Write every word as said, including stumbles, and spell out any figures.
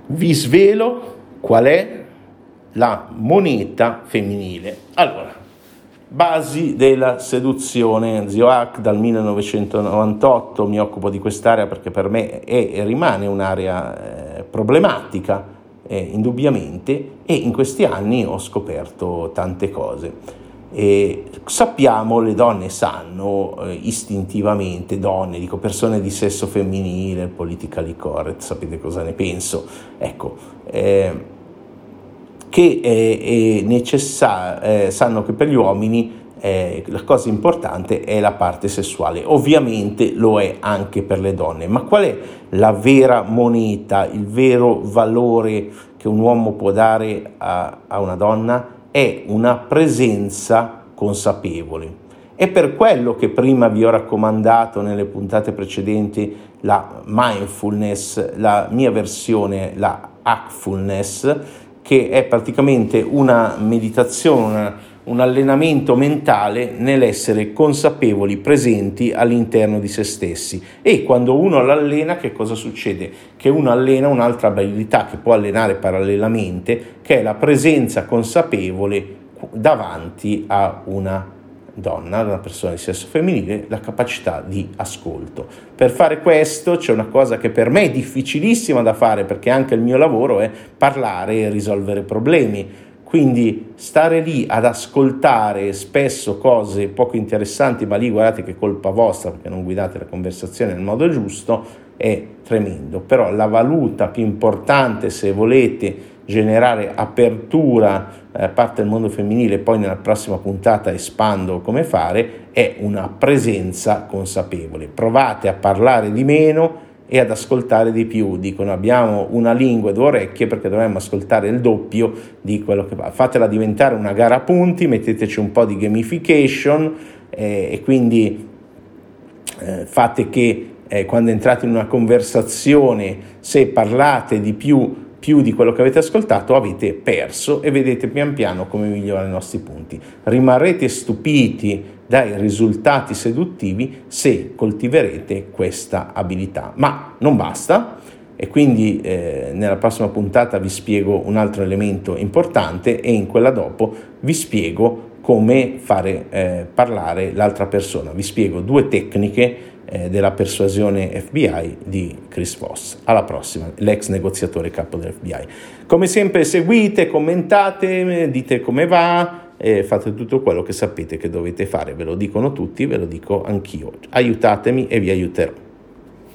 vi svelo qual è la moneta femminile. Allora, basi della seduzione. Zio Hack dal millenovecentonovantotto, mi occupo di quest'area perché per me è e rimane un'area eh, problematica, eh, indubbiamente, e in questi anni ho scoperto tante cose. E sappiamo, le donne sanno eh, istintivamente, donne, dico persone di sesso femminile, politically correct, sapete cosa ne penso, ecco, eh, che è, è necessario, eh, sanno che per gli uomini eh, la cosa importante è la parte sessuale, ovviamente lo è anche per le donne, ma qual è la vera moneta, il vero valore che un uomo può dare a, a una donna? È una presenza consapevole. È per quello che prima vi ho raccomandato nelle puntate precedenti la mindfulness, la mia versione, la Hackfulness, che è praticamente una meditazione, una, un allenamento mentale nell'essere consapevoli, presenti all'interno di se stessi. E quando uno l'allena, che cosa succede? Che uno allena un'altra abilità che può allenare parallelamente, che è la presenza consapevole davanti a una donna, una persona di sesso femminile, la capacità di ascolto. Per fare questo c'è una cosa che per me è difficilissima da fare, perché anche il mio lavoro è parlare e risolvere problemi. Quindi stare lì ad ascoltare spesso cose poco interessanti, ma lì guardate che colpa vostra perché non guidate la conversazione nel modo giusto, è tremendo. Però la valuta più importante, se volete generare apertura a parte del mondo femminile, poi nella prossima puntata espando come fare, è una presenza consapevole. Provate a parlare di meno e ad ascoltare di più. Dicono abbiamo una lingua e due orecchie perché dovremmo ascoltare il doppio di quello che fa. Fatela diventare una gara a punti, metteteci un po' di gamification eh, e quindi eh, fate che eh, quando entrate in una conversazione, se parlate di più più di quello che avete ascoltato, avete perso, e vedete pian piano come migliorano i nostri punti. Rimarrete stupiti dai risultati seduttivi se coltiverete questa abilità. Ma non basta, e quindi eh, nella prossima puntata vi spiego un altro elemento importante, e in quella dopo vi spiego come fare eh, parlare l'altra persona. Vi spiego due tecniche eh, della persuasione F B I di Chris Voss. Alla prossima, l'ex negoziatore capo dell'F B I. Come sempre seguite, commentate, dite come va, eh, fate tutto quello che sapete che dovete fare. Ve lo dicono tutti, ve lo dico anch'io. Aiutatemi e vi aiuterò.